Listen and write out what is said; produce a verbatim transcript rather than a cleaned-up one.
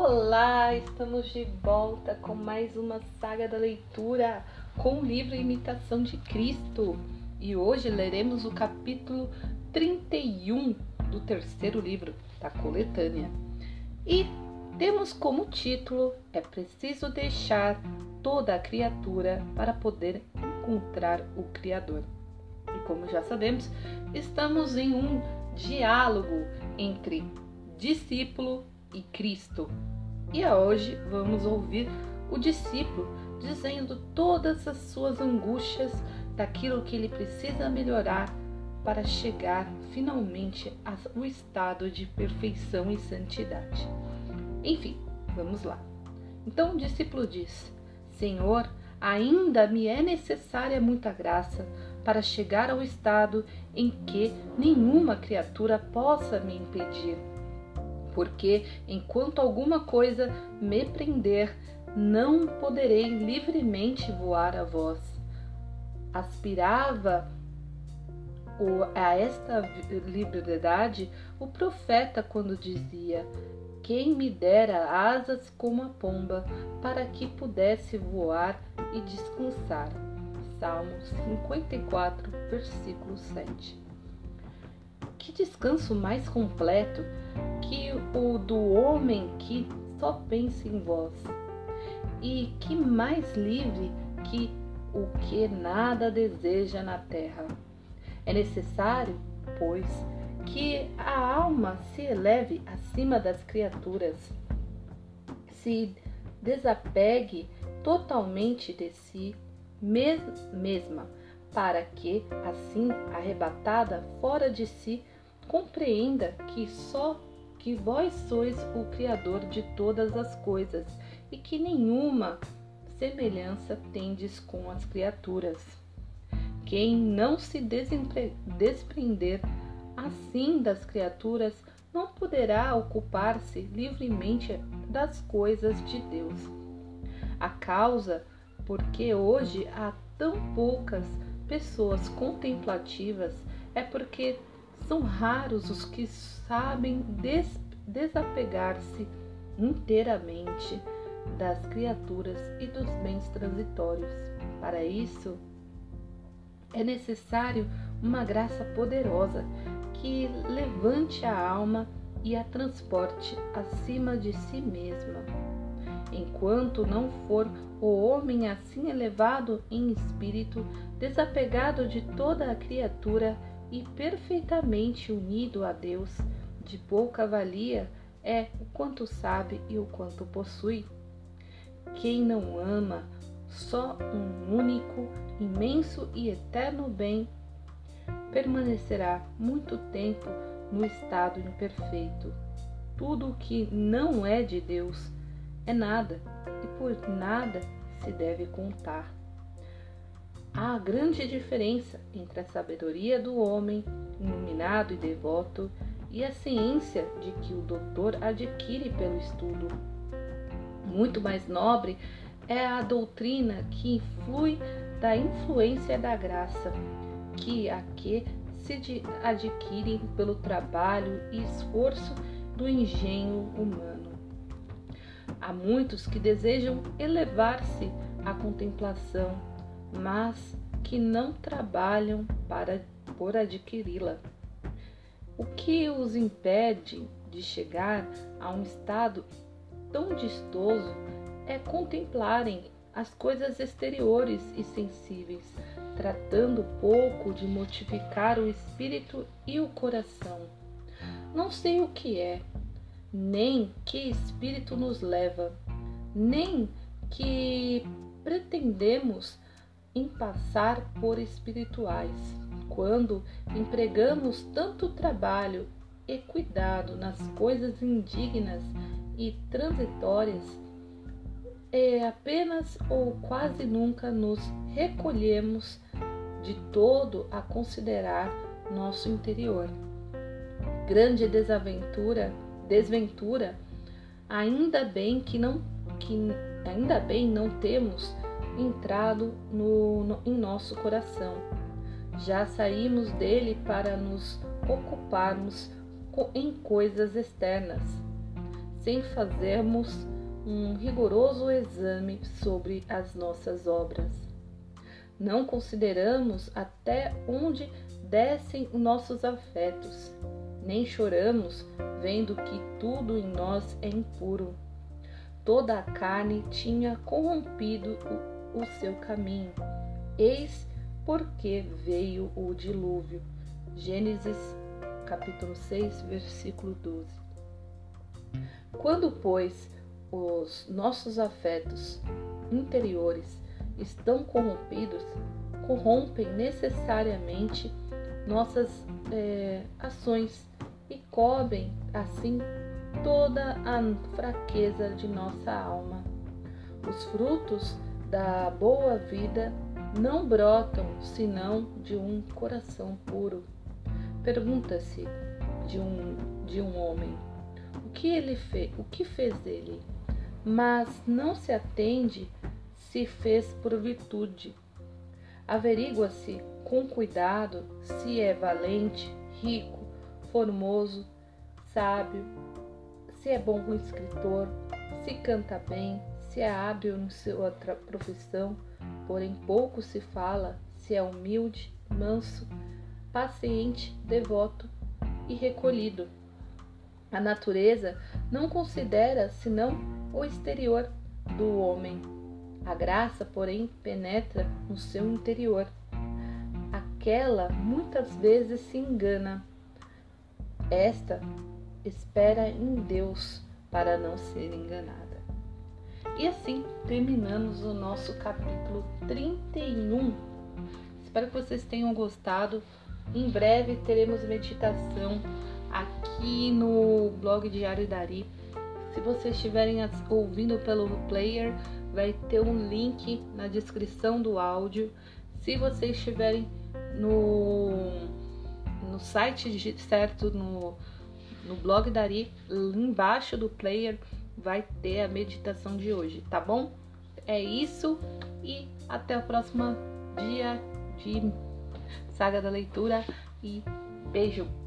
Olá, estamos de volta com mais uma saga da leitura com o livro Imitação de Cristo. E hoje leremos o capítulo trinta e um do terceiro livro da coletânea. E temos como título: É preciso deixar toda a criatura para poder encontrar o Criador. E como já sabemos, estamos em um diálogo entre discípulo e Cristo. E hoje vamos ouvir o discípulo dizendo todas as suas angústias daquilo que ele precisa melhorar para chegar finalmente ao estado de perfeição e santidade. Enfim, vamos lá. Então o discípulo diz: Senhor, ainda me é necessária muita graça para chegar ao estado em que nenhuma criatura possa me impedir. Porque, enquanto alguma coisa me prender, não poderei livremente voar a vós. Aspirava a esta liberdade o profeta quando dizia: Quem me dera asas como a pomba, para que pudesse voar e descansar. Salmos cinquenta e quatro, versículo sete. Que descanso mais completo que o do homem que só pensa em vós, e que mais livre que o que nada deseja na terra. É necessário, pois, que a alma se eleve acima das criaturas, se desapegue totalmente de si mesma, para que, assim arrebatada fora de si, compreenda que só que vós sois o Criador de todas as coisas e que nenhuma semelhança tendes com as criaturas. Quem não se desprender assim das criaturas não poderá ocupar-se livremente das coisas de Deus. A causa porque hoje há tão poucas pessoas contemplativas é porque são raros os que sabem des- desapegar-se inteiramente das criaturas e dos bens transitórios. Para isso, é necessário uma graça poderosa que levante a alma e a transporte acima de si mesma. Enquanto não for o homem assim elevado em espírito, desapegado de toda a criatura e perfeitamente unido a Deus, de pouca valia é o quanto sabe e o quanto possui. Quem não ama só um único, imenso e eterno bem, permanecerá muito tempo no estado imperfeito. Tudo o que não é de Deus é nada, e por nada se deve contar. Há grande diferença entre a sabedoria do homem iluminado e devoto e a ciência de que o doutor adquire pelo estudo. Muito mais nobre é a doutrina que flui da influência da graça, que a que se adquire pelo trabalho e esforço do engenho humano. Há muitos que desejam elevar-se à contemplação, mas que não trabalham para, por adquiri-la. O que os impede de chegar a um estado tão distoso é contemplarem as coisas exteriores e sensíveis, tratando pouco de mortificar o espírito e o coração. Não sei o que é, nem que espírito nos leva, nem que pretendemos em passar por espirituais, quando empregamos tanto trabalho e cuidado nas coisas indignas e transitórias, e apenas ou quase nunca nos recolhemos de todo a considerar nosso interior. Grande desaventura, desventura, ainda bem que não, que ainda bem não temos entrado no, no, em nosso coração. Já saímos dele para nos ocuparmos em coisas externas. sem fazermos um rigoroso exame sobre as nossas obras. Não consideramos até onde descem nossos afetos, nem choramos vendo que tudo em nós é impuro. Toda a carne tinha corrompido o, o seu caminho. Eis porque veio o dilúvio. Gênesis capítulo seis, versículo doze. Quando, pois, os nossos afetos interiores estão corrompidos, corrompem necessariamente nossas é, ações e cobrem, assim, toda a fraqueza de nossa alma. Os frutos da boa vida não brotam senão de um coração puro. Pergunta-se de um, de um homem, o que ele fez, o que fez ele? Mas não se atende se fez por virtude. Averigua-se com cuidado se é valente, rico, formoso, sábio, se é bom escritor, se canta bem, se é hábil em sua profissão, porém pouco se fala se é humilde, manso, paciente, devoto e recolhido. A natureza não considera senão o exterior do homem. A graça, porém, penetra no seu interior. Aquela muitas vezes se engana. Esta espera em Deus para não ser enganada. E assim terminamos o nosso capítulo trinta e um. Espero que vocês tenham gostado. Em breve teremos meditação aqui no blog Diário Dari. Se vocês estiverem ouvindo pelo player, vai ter um link na descrição do áudio. Se vocês estiverem no, no site certo, no, no blog Dari, embaixo do player vai ter a meditação de hoje, tá bom? É isso e até o próximo dia de Saga da Leitura e beijo!